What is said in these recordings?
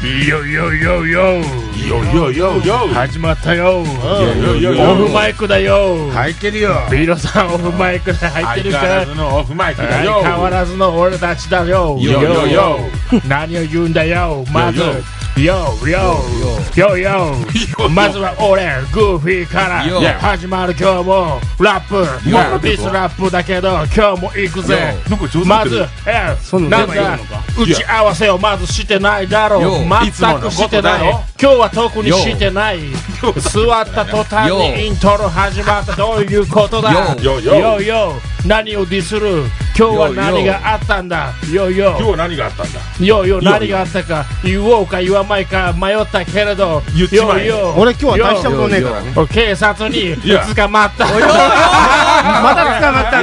よよよよよよよよ始まったよ。 よよよオフマイクだよ。 入ってるよ。 ビーロさんオフマイクで入ってるか。 相変わらずのオフマイクだよ。 相変わらずの俺たちだよ。 よよよ何を言うんだよ。まずよまずは俺グーフィーから始まる今日もラップディスラップだけど今日も行くぜ。まずなんだ打ち合わせをまずしてないだろう。全くしてない。今日は特にしてない。座った途端にイントロ始まった。どういうことだ。よ何をディスる。今日は何があったんだ。今日は何があったんだ。 何があったか言おうか言わないか迷ったけれど、 俺今日は大したことねえからね。 警察に捕まった。 また捕まった。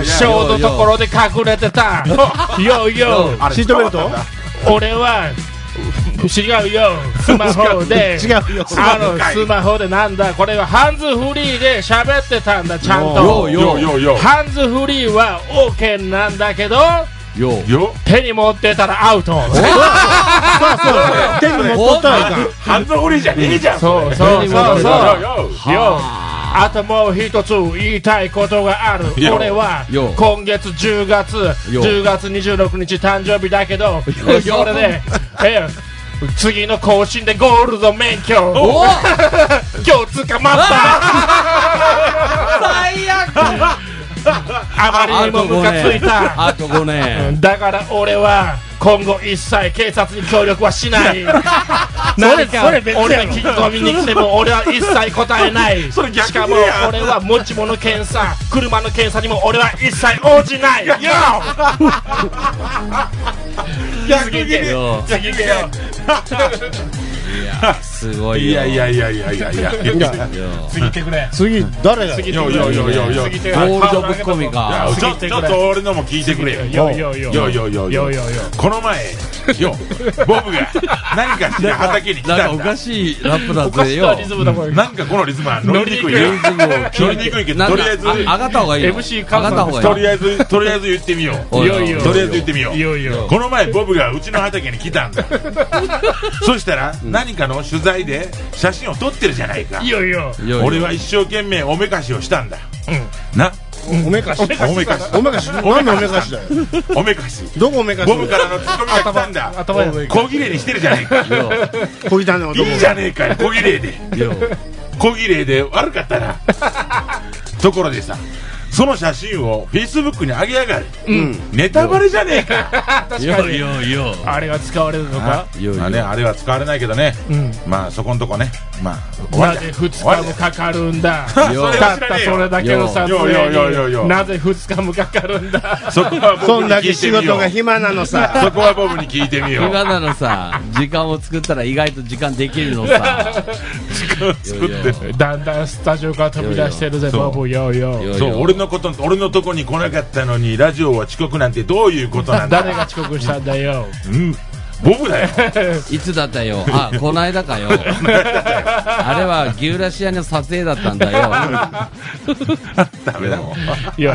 ショートところで隠れてた。シートベルト。 俺は違うよ。スマホでスマホでなんだこれはハンズフリーで喋ってたんだ。ちゃんとハンズフリーは OK なんだけど手に持ってたらアウト。 手に持っとったらいかん。 ハンズフリーじゃねえじゃん。 そうあともう一つ言いたいことがある。俺は今月10月26日誕生日だけど、それで次の更新でゴールド免許今日捕まった。 最悪。 あまりにもムカついた。 あと5年。 だから俺は今後一切警察に協力はしない。何か俺が聞き込みに来ても俺は一切答えない。しかも俺は持ち物検査車の検査にも俺は一切応じない。次行けよ。 いやすごいよ。 いや次行ってくれ。 次誰が。 次ゴールドぶっ込みか。 ちょっと俺のも聞いてくれよ。この前ボブが何かして畑に来たんだ。 なんかおかしいラップだぜよ。 なんかこのリズムは乗りにくいけどとりあえず上がった方がいい。 MC 上がった方がいい。 とりあえず言ってみよう。この前ボブがうちの畑に来たんだ。そしたら何かの取材で写真を撮ってるじゃないか。俺は一生懸命おめかしをしたんだ。なおめかし何のおめかしだよ。 おめかしどこおめかし。 ボブからのツッコミが来たんだ。小綺麗にしてるじゃないか。 小汚ね男。 いいじゃねえかよ小綺麗で。小綺麗で悪かったな。ところでさその写真をフェイスブックに上げやがる。ネタバレじゃねえか。 確かにあれが使われるのか。 あれは使われないけどね。まあそこんとこね。 なぜ2日もかかるんだ。たったそれだけの撮影になぜ2日もかかるんだ。 そんだけ仕事が暇なのさ。 そこはボブに聞いてみよう。 暇なのさ。時間を作ったら意外と時間できるのさ。 時間を作ってだんだんスタジオから飛び出してるぜボブ。 そう俺のとこに来なかったのにラジオは遅刻なんてどういうことなんだ。 誰が遅刻したんだよ。 ボブだよ。 いつだったよ。こないだかよ。あれはギューラシアの撮影だったんだよ。 ダメだもん。 次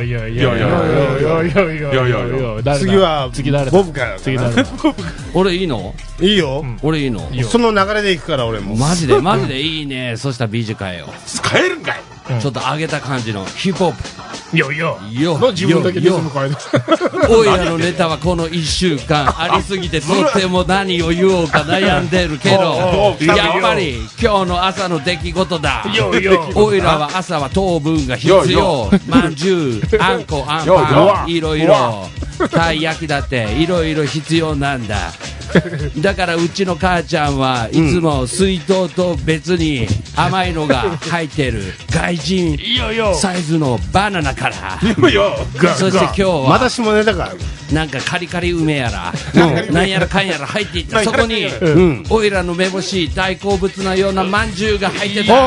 はボブから。 俺いいの。 いいよ。 俺いいの。 その流れでいくから俺も。 マジでいいね。そしたらビージュ変えよう。 変えるんかい。 ちょっと上げた感じのヒップホップ。 自分だけリズム変える。 おいらのネタはこの1週間ありすぎてとっても何を言おうか悩んでるけどやっぱり今日の朝の出来事だ。おいらは朝は糖分が必要。まんじゅうあんこあんパンいろいろたい焼きだっていろいろ必要なんだ。だからうちの母ちゃんはいつも水筒と別に甘いのが入ってる外人サイズのバナナから。そして今日はまだ下ネタか。 なんかカリカリ梅やらなんやらかんやら入っていった。そこにおいらのめぼしい大好物のようなまんじゅうが入ってた。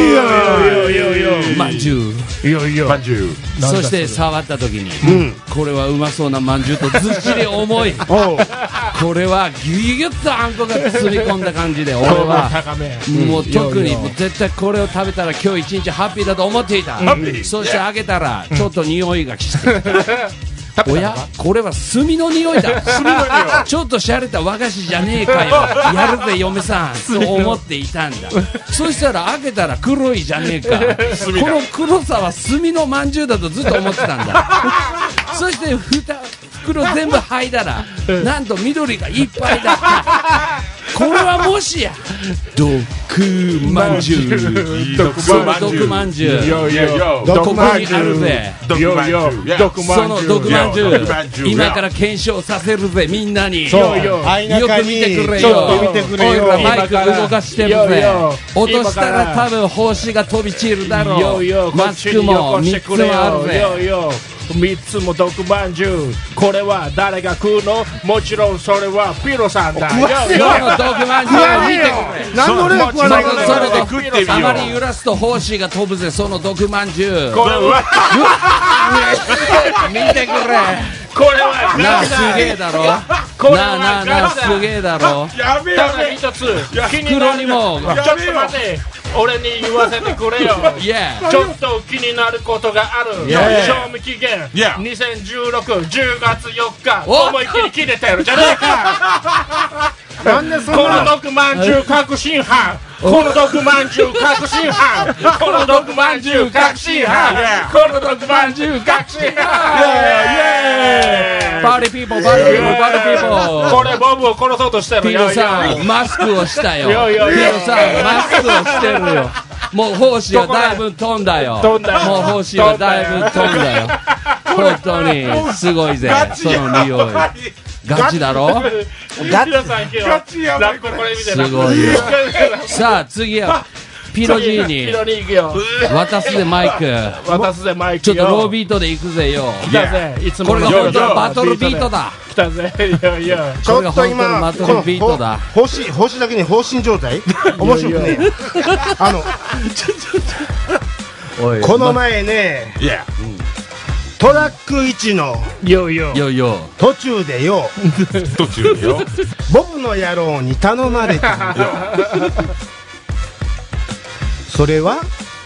まんじゅう。そして触った時にこれはうまそうなまんじゅうとずっしり重い。これはギュギュッとあんこが包み込んだ感じで俺はもう特に絶対これを食べたら今日一日ハッピーだと思っていた。そして開けたらちょっと匂いがしておやこれは炭の匂いだちょっと洒落た和菓子じゃねえかよやるぜ嫁さんと思っていたんだそしたら開けたら黒いじゃねえかこの黒さは炭のまんじゅうだとずっと思ってたんだそして袋全部剥いだらなんと緑がいっぱいだこれはもしや毒まんじゅう毒まんじゅうここにあるぜその毒まんじゅう今から検証させるぜみんなによく見てくれよおいらマイク動かしてるぜ落としたら多分星が飛び散るだろうマスクも3つもあるぜ 3つも毒まんじゅうこれは誰が食うのもちろんそれはピロさんだよその毒まんじゅうを見てくれ何の俺が食わないかあまり揺らすと胞子が飛ぶぜその毒まんじゅうこれは見てくれこれはなあすげえだろなあすげえだろやべえただ一つ袋にもちょっと待て俺に言わせてくれよちょっと気になることがある賞味期限2016 10月4日思いっきり切れてるじゃねえかなんでそんこのな毒まんじゅう確信犯この毒まんじゅう確信犯この毒まんじゅう確信犯この毒まんじゅう確信犯パーリーピーポーパーリーピーポーパーリーピーポーこれボブを殺そうとしてるピロさんマスクをしたよピロさんマスクをしてるよもう胞子はだいぶ飛んだよもう胞子はだいぶ飛んだよ本当にすごいぜその匂いガチだろガチやばいこれ見てすごいよさあ次はピロジーニ渡すぜマイクちょっとロービートで行くぜよこれが本当のバトルビートだ来たぜちょっと今星だけに放心状態面白くねこの前ねトラック1の途中でよボブの野郎に頼まれたんだよそれは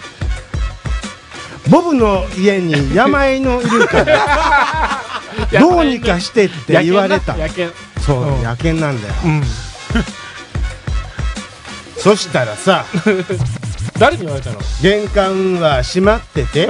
ボブの家に山犬いるからどうにかしてって言われたそう野犬なんだよそしたらさ誰に言われたの玄関は閉まってて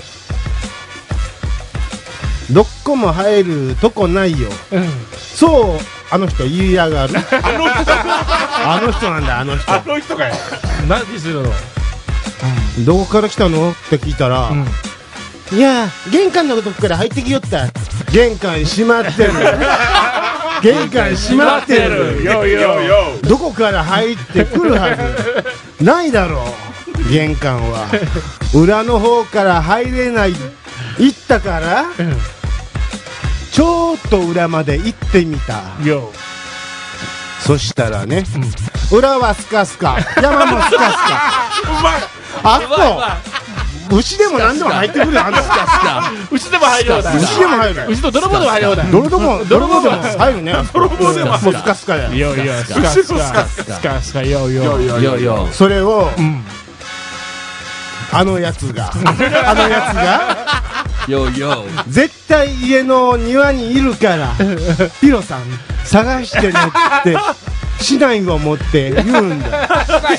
どっこも入るとこないよ、そうあの人言いやがるあの人なんだあの人かよ何するのどこから来たのって聞いたら、いや玄関のとこから入ってきよった玄関閉まってる玄関閉まってるどこから入ってくるはずないだろう玄関は裏の方から入れない行ったから、ちょっと裏まで行ってみたそしたらね、裏はスカスカ山もスカスカあと牛でも何でも入ってくるよあんた牛でも入るようだ牛でも入る牛と泥棒でも入るようだ泥棒でも入るね泥棒でももうスカスカやスカスカそれをあのやつが絶対家の庭にいるからピロさん探してねって竹刀を持って言うんだ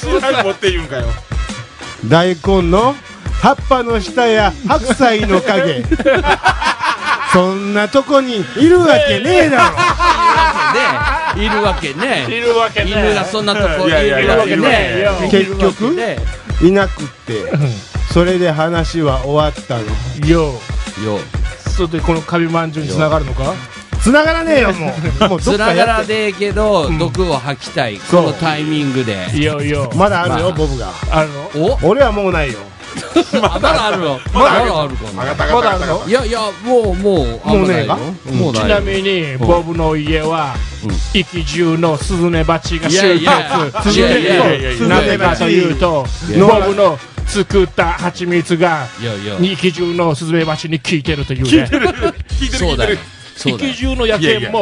大根の葉っぱの下や白菜の影そんなとこにいるわけねえだろいるわけね犬がそんなとこにいるわけね結局いなくってそれで話は終わったのそれでこのカビまんじゅうに繋がるのか繋がらねえよもう繋がらねえけど毒を吐きたいこのタイミングでまだあるよボブがあるの俺はもうないよまだあるのまだあるかなまだあるのいやもうねえかちなみにボブの家は息中のスズメバチが集結なぜかというとボブの作った蜂蜜が息中のスズメバチに効いてるというねそうだよ息中の野犬も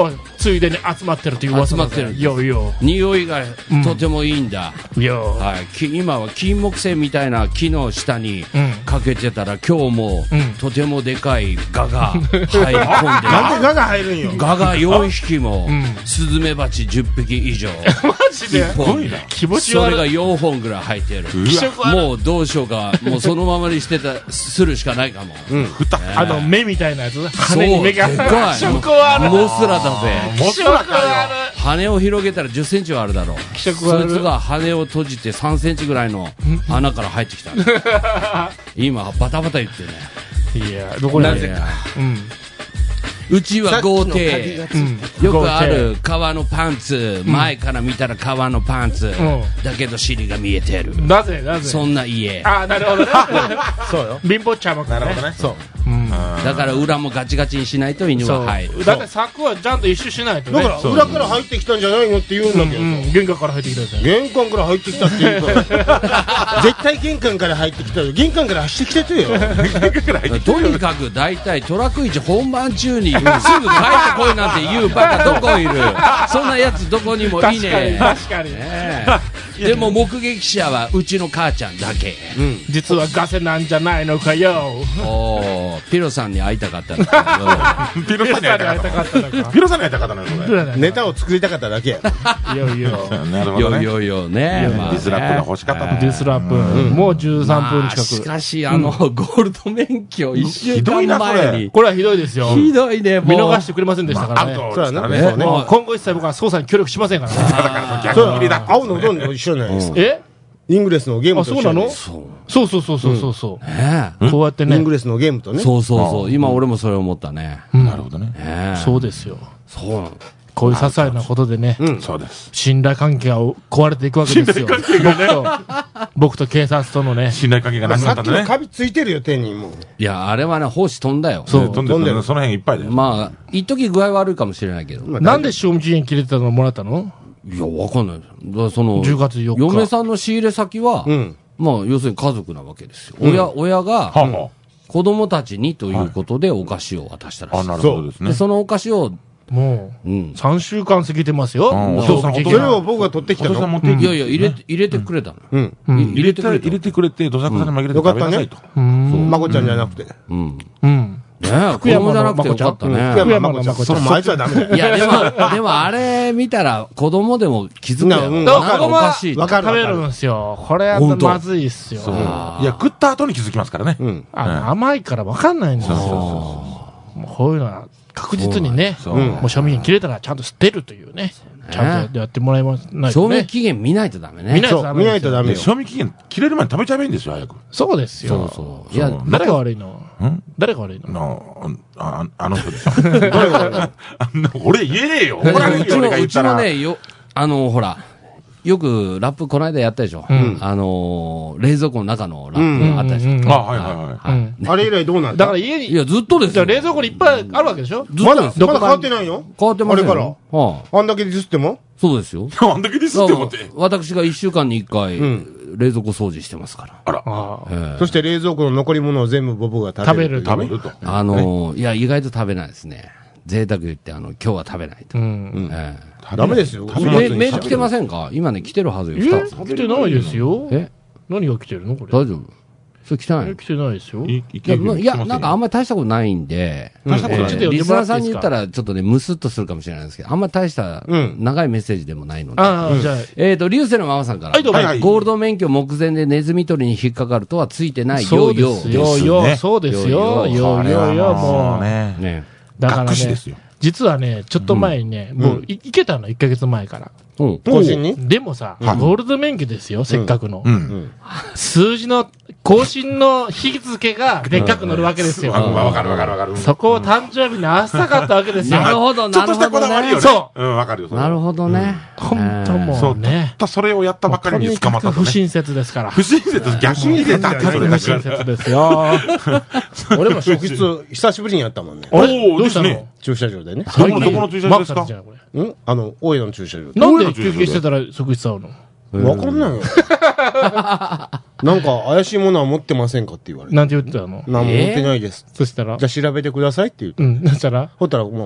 ついでに集まってるという噂。 集まってる。 よ。 匂いがとてもいいんだ。 はい。今は金木犀みたいな木の下にかけてたら、今日もとてもでかいガが入り込んでる。 なんでガが入るんよ。 ガが4匹も、スズメバチ10匹以上。 マジで気持ち悪い。 それが4本ぐらい入ってる。もうどうしようか、もうそのままにするしかないかも。 目みたいなやつ、羽に目が。 でかい。 気色悪い。 モスラだぜ。 モスラかよ。 羽を広げたら10センチはあるだろう。そいつが羽を閉じて3センチぐらいの穴から入ってきた。今バタバタ言ってね。 いや、どこにあるんうちは豪邸、よくある革のパンツ、前から見たら革のパンツ、だけど尻が見えてる。 なぜそんな家。 なるほどね。そうよ。貧乏ちゃまかね。そう。 だから裏もガチガチにしないと犬は入る。 だって柵はちゃんと一周しないとね。 だから裏から入ってきたんじゃないのって言うんだけど。 玄関から入ってきたやつ。 玄関から入ってきたって言うから絶対玄関から入ってきたよ。玄関から走ってきてよ。 とにかく大体トラック市本番中にすぐ帰ってこいなんて言うバカどこいる。そんなやつどこにもいねえ。 確かに。 でも目撃者はうちの母ちゃんだけ。 実はガセなんじゃないのかよ。 ピロさんに会いたかったんだけど。ピロさんに会いたかったのか。ピロさんに会いたかったのよ。 ネタを作りたかっただけや。 なるほどね。 ね。 ディスラップが欲しかった。 ディスラップ。もう13分近く。 しかしゴールド免許1週間前に。 これはひどいですよ。 ひどいね。 見逃してくれませんでしたからね。 そうだね。 今後一切僕は捜査に協力しませんからね。 だから逆切りだ。 青のどんどん一緒じゃないですか。イングレスのゲームとそうなの？そう。こうやってね。 イングレスのゲームとね。 そう。今俺もそれ思ったね。 なるほどね。 そうですよ。 そうなの。 こういう些細なことでね、 そうです。 信頼関係が壊れていくわけですよ。僕と警察とのね。 信頼関係がなくなったんだね。 さっきのカビついてるよ、手にもう。 いや、あれはね、胞子飛んだよ。 そう、飛んでる。その辺いっぱいだよ。 まあ、一時具合悪いかもしれないけど。 なんで賞味期限切れてたのもらったの？ いや、わかんない。その、 10月4日。 嫁さんの仕入れ先は、まあ、要するに家族なわけですよ。親が、子供たちにということでお菓子を渡したらしい。 なるほどですね。 そのお菓子を、 もう、3週間過ぎてますよ。 それを僕が取ってきたの。 いやいや、入れてくれたの。 入れてくれて、どさくさに紛れて食べなさいと。 まこちゃんじゃなくて。 ねえ、福山じゃなくてよかったね。 福山まこちゃん。その前じゃダメだよ。 いや、でもあれ見たら子供でも気づくよ。なんかおかしい。 食べるんですよ。これやっぱまずいっすよ。 いや、食った後に気づきますからね。 甘いから分かんないんですよ。こういうのは確実にね、もう賞味期限切れたらちゃんと捨てるというね。ちゃんとやってもらいないとね。 賞味期限見ないとダメね。 見ないとダメよ。 賞味期限切れる前に食べちゃえばいいんですよ、早く。 そうですよ。 そう。 いや、誰が悪いの？誰が悪いの？あの人でしょ。俺言えねえよ。 うちのね、ほら、よくラップこの間やったでしょ。冷蔵庫の中のラップあったでしょ。 あれ以来どうなんだから家に。 いや、ずっとですよ。 冷蔵庫にいっぱいあるわけでしょ。 まだ変わってないよ。 変わってますよ。 あれから。あんだけディスってもそうですよ。 あんだけディスってもって。 私が1週間に1回、冷蔵庫掃除してますから。 あら。 そして冷蔵庫の残り物を全部ボブが食べると。 いや、意外と食べないですね。贅沢言って、今日は食べないと。 ダメですよ。 メール来てませんか？今ね、来てるはずよ。 来てないですよ。何が来てるのこれ。 大丈夫？それ来てない？ 来てないですよ。 いや、なんかあんまり大したことないんで、リスナーさんに言ったらちょっとね、ムスッとするかもしれないんですけど、あんまり大した長いメッセージでもないので。 じゃあ。 流星のママさんから、ゴールド免許目前でネズミ捕りに引っかかるとはついてないよよ。 そうですよ。もう。 ね。 だからね、実はね、ちょっと前にね、もう行けたの、1ヶ月前から。 更新にでもさ、ゴールド免許ですよ、せっかくの。数字の、更新の日付がでっかく乗るわけですよ。 わかる。 そこを誕生日に合わせたかったわけですよ。 なるほど、 ちょっとしたこだわりよね。 そう。 わかるよ。 なるほどね。 本当もうね。 それをやったばっかりに捕まったと。 不親切ですから。 不親切逆に出たってそれだけ。 不親切ですよ。 俺も職質久しぶりにやったもんね。 どうしたの？ 駐車場でね。 どこの駐車場ですか？ 大江戸の駐車場。 なんで休憩してたら職質会うの？ わかんないよ。なんか怪しいものは持ってませんかって言われて。 なんて言ってたの？ 何も持ってないです。 そしたら？ じゃあ調べてくださいって言うと。 そしたら？ ほったらもう、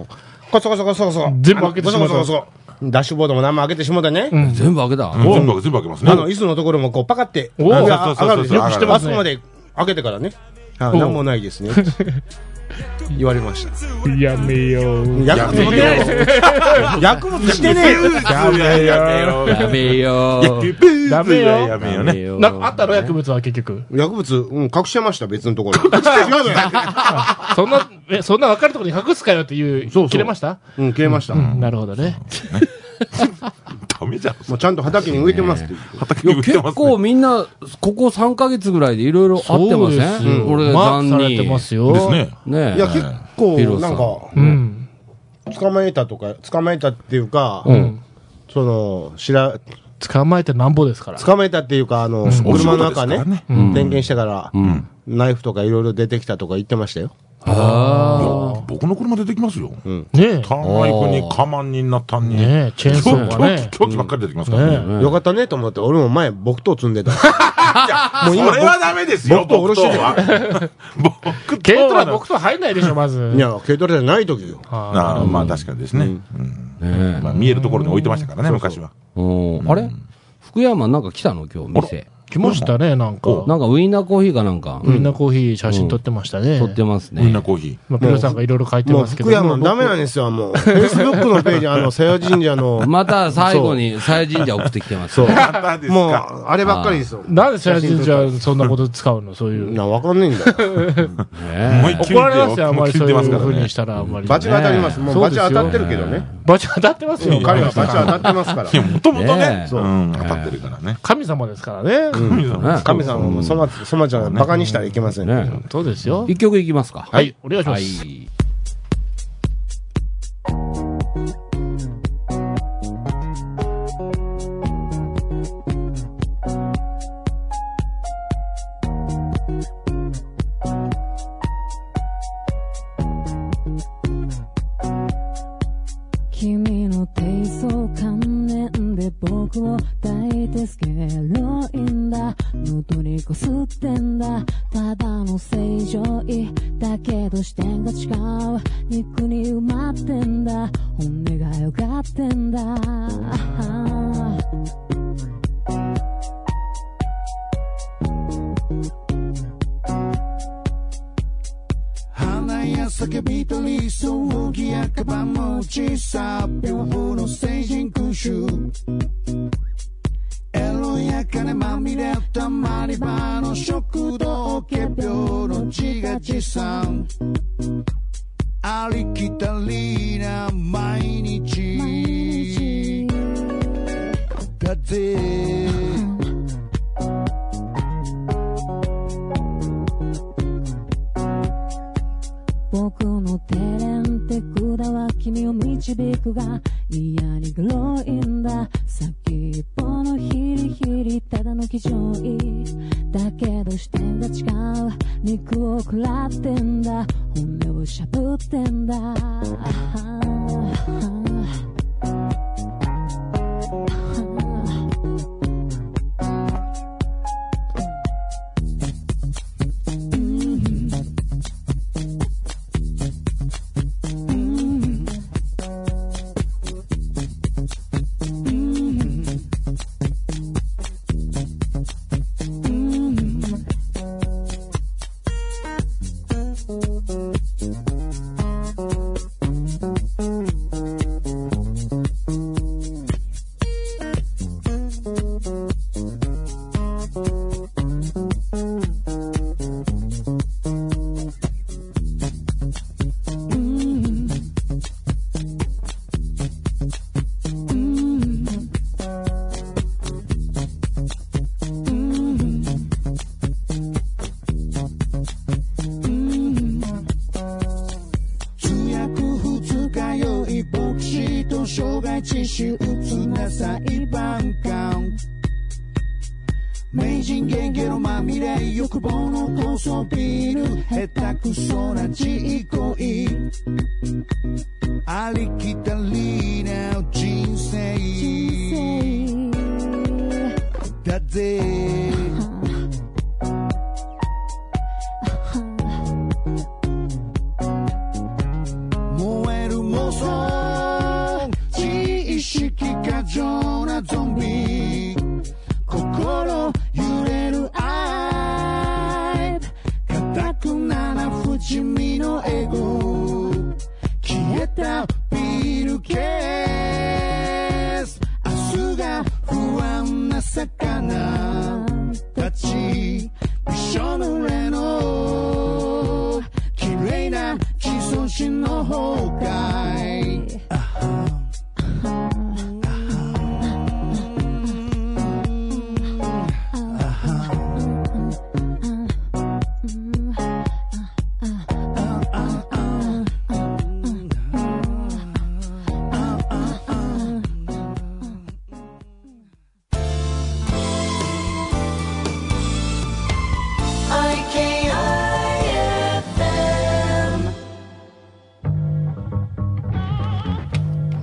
コソコソコソコソ。 全部開けてしまった。 ダッシュボードも何も開けてしまったね。 全部開けた。 全部開けますね。 椅子のところもこうパカって上が上がる。よくしてますね。あそこまで開けてからね。何もないですね。言われました。 やめよう。 薬物してねえよ。 やめよう。 ダメよ。 やめよね。 あったの薬物は結局。 薬物、隠してました、別のところ。 そんな分かるところに隠すかよっていう、切れました？ 切れました。 なるほどね。 ダメじゃん。 もうちゃんと畑に植えてますって。 畑に植えてます。 結構みんな、ここ3ヶ月ぐらいでいろいろあってません？俺、残念。されてますよ。 ですね。 いや、結構、なんか、捕まえたっていうか、 捕まえてなんぼですから。 捕まえたっていうか、車の中ね、点検してから、ナイフとかいろいろ出てきたとか言ってましたよ。 僕の車出てきますよ。 ねえ。 ターナイフにカマンになったんに。 ねえ、チェーンソーがね。 凶器ばっかり出てきますからね。 よかったねと思って、俺も前、木刀積んでた。 もう今、それはダメですよ、木刀は。 軽トラ木刀入んないでしょ、まず。 いや、軽トラじゃない時よ。 まあ確かにですね。見えるところに置いてましたからね、昔は。 あれ福山なんか来たの今日、店。 来ましたね、なんか。 なんかウインナーコーヒーかなんか。 ウインナーコーヒー写真撮ってましたね。 撮ってますね。 ウインナーコーヒー。ピロさんがいろいろ書いてますけど。 福山ダメなんですよ、もう。フェイスブックのページ、鞘神社の。 また最後に鞘神社送ってきてます。 そう。もう、あればっかりですよ。 なんで鞘神社そんなこと使うのそういう。 わかんないんだよ。 怒られますよ、あんまりそういうふうにしたら、あんまり。 バチが当たります。もうバチ当たってるけどね。 バチ当たってますよ。 彼はバチ当たってますから。 いや、もともとね。当たってるからね。 神様ですからね。 神様もそまちゃんバカにしたらいけませんね。 そうですよ。 一曲いきますか。 はい、お願いします。 君の低層観念で僕を抱いてスケロインだ喉にこすってんだただの正常位だけど視点が違う肉に埋まってんだ本音がよがってんだ叫びと理想儀やカバン持ちさ病風の成人空襲エロや金まみれたまり場の食堂仮病の自画自賛ありきたりな毎日だぜ僕の手練って管は君を導くが嫌にグロいんだ先っぽのヒリヒリただの気丈位だけど視点が違う肉を食らってんだ本音をしゃぶってんだ名人ゲゲのまみれ欲望の高層ビル下手くそな自恋ありきたりな人生だぜ燃える妄想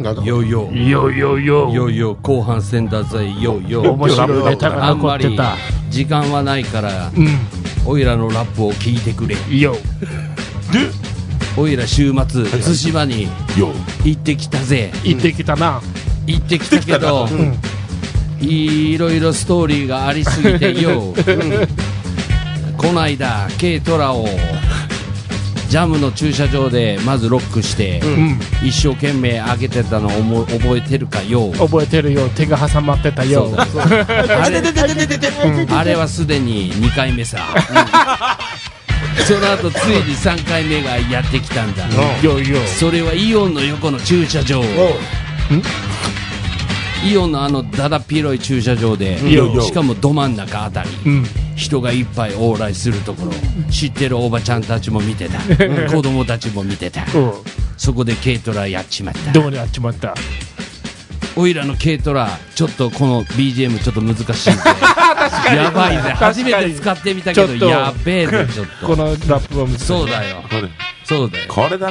だぞ。 よよよよよよよ後半戦だぜ。よよ面白いネタが残ってた。 時間はないから、おいらのラップを聞いてくれ。 よでおいら週末対馬に行ってきたぜ。 行ってきたな。 行ってきたけど、いろいろストーリーがありすぎてよ、こないだ軽トラをジャムの駐車場でまずロックして、一生懸命開けてたのを覚えてるかよ。 覚えてるよ。手が挟まってたよ。 あれはすでに2回目さ。その後ついに3回目がやってきたんだ。それはイオンの横の駐車場。イオンのあのだだっ広い駐車場で、しかもど真ん中あたり、人がいっぱい往来するところ、知ってるおばちゃんたちも見てた、子供たちも見てた。そこで軽トラやっちまった。 どこでやっちまった。 おいらの軽トラちょっとこの BGM ちょっと難しいんでやばいぜ。初めて使ってみたけどやべえぜ。ちょっとこのラップは難しい。 そうだよ、そうだよ。 これだな。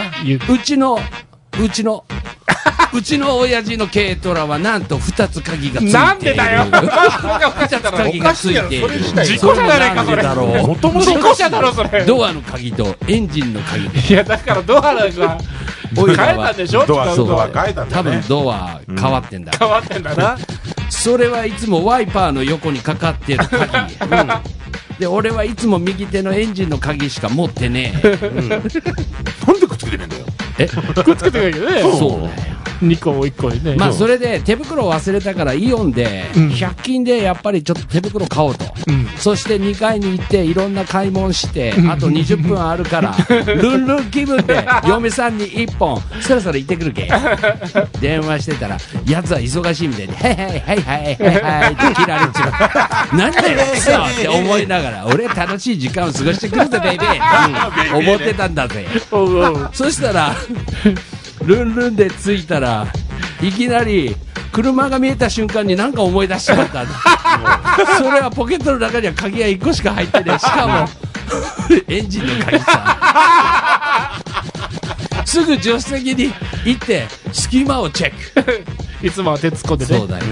うちの親父の軽トラはなんと2つ鍵がついている。 なんでだよ。 2つ鍵がついている。 事故じゃないかそれ。 もともと事故車だろそれ。 ドアの鍵とエンジンの鍵で。 いやだからドアが変えたんでしょ。 ドア変えたんだね。 多分ドア変わってんだ。 変わってんだな。 それはいつもワイパーの横にかかってる鍵。で俺はいつも右手のエンジンの鍵しか持ってねえ。 なんでくっつけてねえんだよ。 くっつけてないけどね。 そうだよ。 2個を1個にね。 まあそれで手袋を忘れたからイオンで100均でやっぱりちょっと手袋買おうと、そして2階に行っていろんな買い物して、あと20分あるからルンルン気分で嫁さんに1本そろそろ行ってくるけ電話してたらやつは忙しいみたいで「はいはいはいはいはいはい」って切られちゃう。なんだよクソって思いながら俺楽しい時間を過ごしてくるぜベイベー、思ってたんだぜ。そしたらルンルンで着いたらいきなり車が見えた瞬間に何か思い出しちまったんだ。それはポケットの中には鍵が1個しか入ってね、しかもエンジンの鍵さ。すぐ助手席に行って隙間をチェック。 いつもは手突っ込んでね。 そうだよ、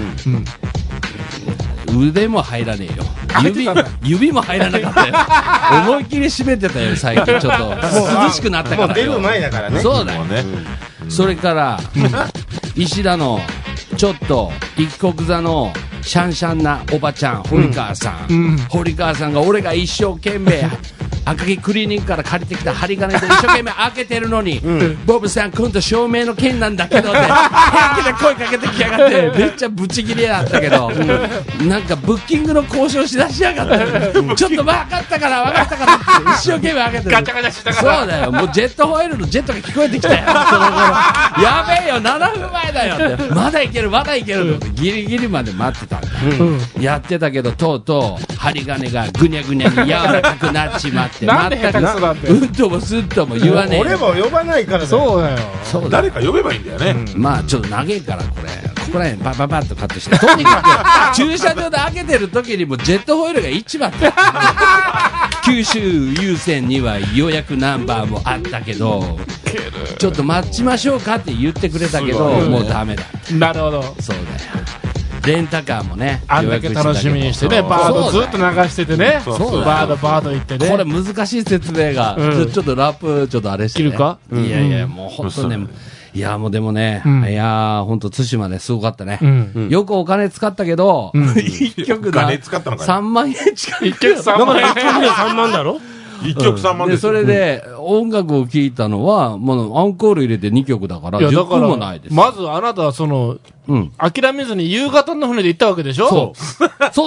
腕も入らねえよ。指も入らなかったよ。思いっきり締めてたよ最近。ちょっと涼しくなったからよ。 もう出る前だからね。 そうだよね。それから石田のちょっと一国座のシャンシャンなおばちゃん堀川さん、堀川さんが俺が一生懸命赤木クリーニングから借りてきた針金で一生懸命開けてるのに、ボブさん今度照明の件なんだけどって平気で声かけてきやがってめっちゃブチギレだったけど、なんかブッキングの交渉しだしやがってちょっと分かったからって一生懸命開けてる。 ガチャガチャしたから。 そうだよ、もうジェットホイールのジェットが聞こえてきたよその頃。やべえよ7分前だよってまだいけるってギリギリまで待ってたんだ、やってたけどとうとう針金がぐにゃぐにゃに柔らかくなっちまってなんで下手くそなんて。 うんともすっとも言わねえ。 俺も呼ばないからだよ。 そうだよ。 誰か呼べばいいんだよね。 まあちょっと長えからここらへんバババッとカットして、とにかく駐車場で開けてる時にもジェットホイールが一番九州優先には予約ナンバーもあったけどちょっと待ちましょうかって言ってくれたけどもうダメだ。 なるほど。 そうだよ。レンタカーもねあんだけ楽しみにしてね、バードずっと流しててね、バード行ってね。 これ難しい説明が、ちょっとラップちょっとあれしてね。 切るか。 いやいやもう本当ね、いやもうでもね、いや本当対馬ですごかったね。よくお金使ったけど、一曲だ3万円近い。 一曲3万円。3万だろ。 一曲3万です。 それで音楽を聴いたのはもうアンコール入れて2曲だから10分もないです。 まずあなたはその諦めずに夕方の船で行ったわけでしょ。 そう。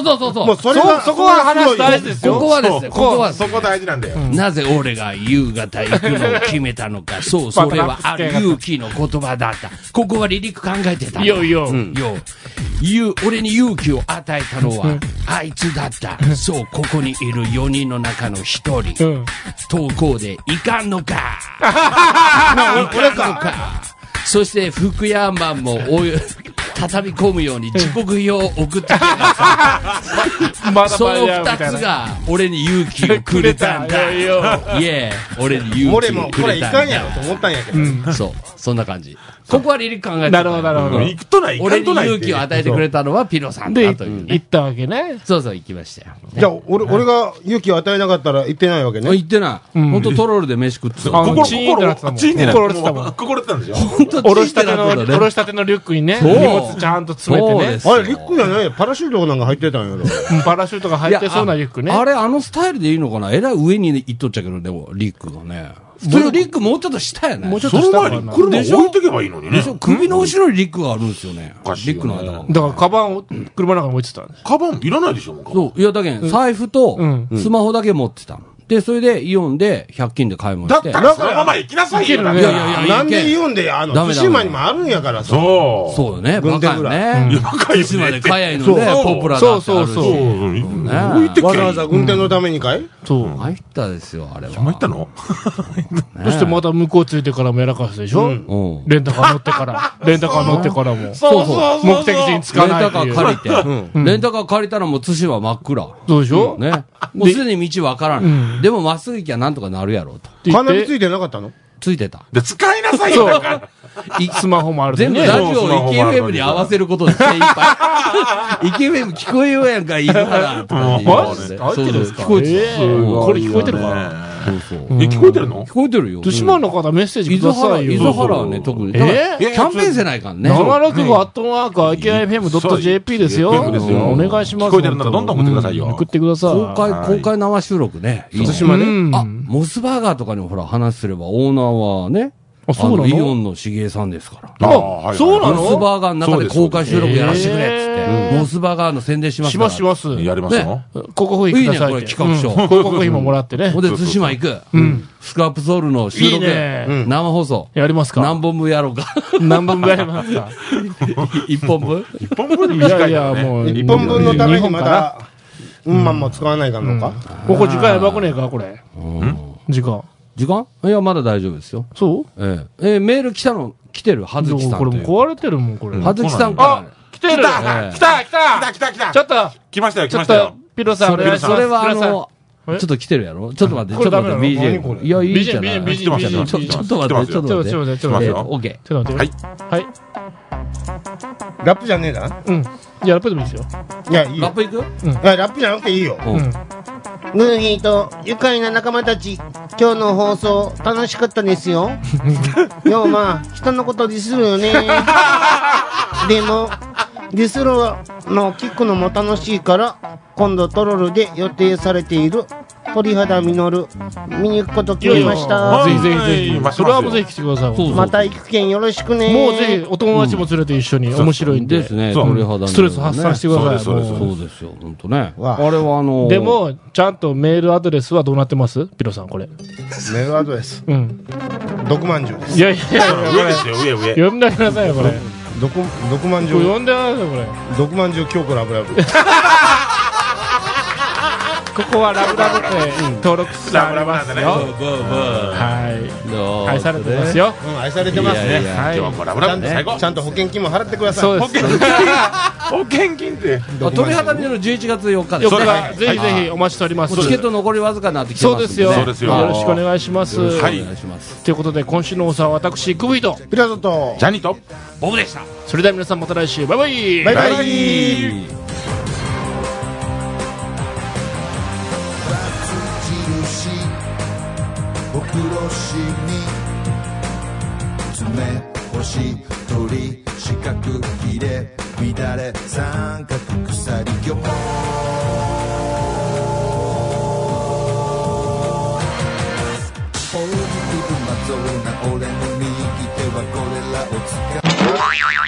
もうそこは話大事ですよ。 ここはですね。 そこ大事なんだよ。 なぜ俺が夕方行くのを決めたのか。そう、それはある勇気の言葉だった。ここは離陸考えてたんだ。俺に勇気を与えたのはあいつだった。そう、ここにいる4人の中の1人。投稿でいかんのか。俺か。そして福山も畳み込むように時刻表を送ってきたからその2つが俺に勇気をくれたんだ。俺に勇気をくれたんだ。 俺もこれいかんやろと思ったんやけど。 そう、そんな感じ。 ここはリリック考えてた。 なるほど、なるほど。 行くとない、 俺に勇気を与えてくれたのはピロさんだという。 行ったわけね。 そうそう、行きましたよ。 じゃあ、俺が勇気を与えなかったら行ってないわけね。 行ってない。ほんとトロールで飯食ってた。 心チーンってなってたもん。 チーンってな心折れてたもん。 心折れてたんでしょ。 ほんとおろしたてのリュックにね、荷物ちゃんと詰めてね。 あれ、リュックじゃないよ。パラシュートなんか入ってたんやろ。 パラシュートが入ってそうなリュックね。 あれ、あのスタイルでいいのかな。えらい上に行っとっちゃうけど、でも、リュックがね。普通のリュックもうちょっと下やね。 もうちょっと下その前に車置いとけばいいのにね。 首の後ろにリュックがあるんですよね。 おかしいよねリュックの間。 だから、カバンを車の中に置いてたんです。 カバンいらないでしょ、もう。 そう。いや、だけん、財布とスマホだけ持ってた。で、それでイオンで100均で買い物して。 だからそのまま行きなさいよ。 いやいやなんで言うんで、対馬にもあるんやからさ。 そう。 そうよね。バカよね。対馬で買えいのね、ポプラだってあるし。 わざわざ運転のためにかい？ そう。入ったですよ、あれは。 入ったの？ そしてまた向こうついてからもやらかすでしょ？レンタカー乗ってから。レンタカー乗ってからも。 そうそう。 目的地に着かない。 レンタカー借りて。レンタカー借りたらもう対馬真っ暗。 そうでしょ？ ね。もうすでに道わからない。でもまっすぐ行きゃなんとかなるやろうと。 カーナビついてなかったの？ ついてた。 で、使いなさいよ、だから。 スマホもある全部ラジオを IKFM に合わせることで精一杯。IKFM 聞こえようやんか、いいのかな。 マジですか？ 聞こえてた。 これ聞こえてるかな？ そうそう。 聞こえてるの？ 聞こえてるよ。 対馬の方メッセージくださいよ。 伊豆原はね、特に。キャンペーンせないかんね。 765@IKFM.jp ですよ。お願いします。 聞こえてるならどんどん送ってくださいよ。 送ってください。 公開生収録ね。 対馬ね。 あ、モスバーガーとかにもほら話すれば、オーナーはね、 そうなの？ イオンのしげえさんですから。 あ、そうなの？ モスバーガーの中で公開収録やらせてくれっつって。モスバーガーの宣伝しますから。 します。 やりますよ。 広告費ください。 いいね、これ企画書。 広告費ももらってね。 ほんで、対馬行く。スクラップソウルの収録。生放送。 やりますか？ 何本分やろうか。 何本分やりますか ？1本分 ？1本分いやいや、もう。 1本分のためにまた、まんま使わないかんのか？ ここ時間やばくねえか、これ。時間いや、まだ大丈夫ですよ。 そう？ メール来てる、はずきさん。 これも壊れてるもん、これ。 はずきさんから。 来てる！来たちょっと来ましたよ。 ピロさん、 それはちょっと来てるやろ？ちょっと待って、BGM。いや、いいじゃない。ちょっと待って。 ちょっと待って。 オッケー。 ちょっと待って。はい。 ラップじゃねえな。 うん。いや、ラップでもいいですよ。 いや、いいよ。 ラップいく？ ラップじゃなくていいよ。ムーギーと愉快な仲間たち、今日の放送楽しかったですよ。ようまあ、人のことディスるよね。でも、ディスるの聞くのも楽しいから、今度トロルで予定されている鳥肌実見に行くこと決めました。 ぜひ。それはもうぜひ来てください。 また行くけんよろしくね。 もうぜひお友達も連れて一緒に面白いんで。 ですね、鳥肌ストレス発散してください。 そうですよ、ほんとね。あれはでも、ちゃんとメールアドレスはどうなってますピロさん、これ。 メールアドレス。毒まんじゅうです。 いや、 上ですよ、上。 読んであげなさいよ、これ。 毒まんじゅう。 読んであげなさいよ、これ。 毒まんじゅう京子ラブラブ。 ここはラブラブって登録してありますよ。はい。愛されてますよ。 愛されてますね。 今日はもうラブラブで最高。 ちゃんと保険金も払ってください。 そうです。 保険金って。 鳥肌見る11月4日ですね。 ぜひぜひお待ちしております。 チケット残りわずかになってきてます。 そうですよ。よろしくお願いします。 はい。 ということで今週のおさは私クビとピラゾとジャニーと僕でした。 それでは皆さんまた来週バイバイ。 バイバイ。 ほくろしに爪星鳥四角切れ乱れ三角鎖魚網ポジティブなゾーナ俺の右手はこれらを使う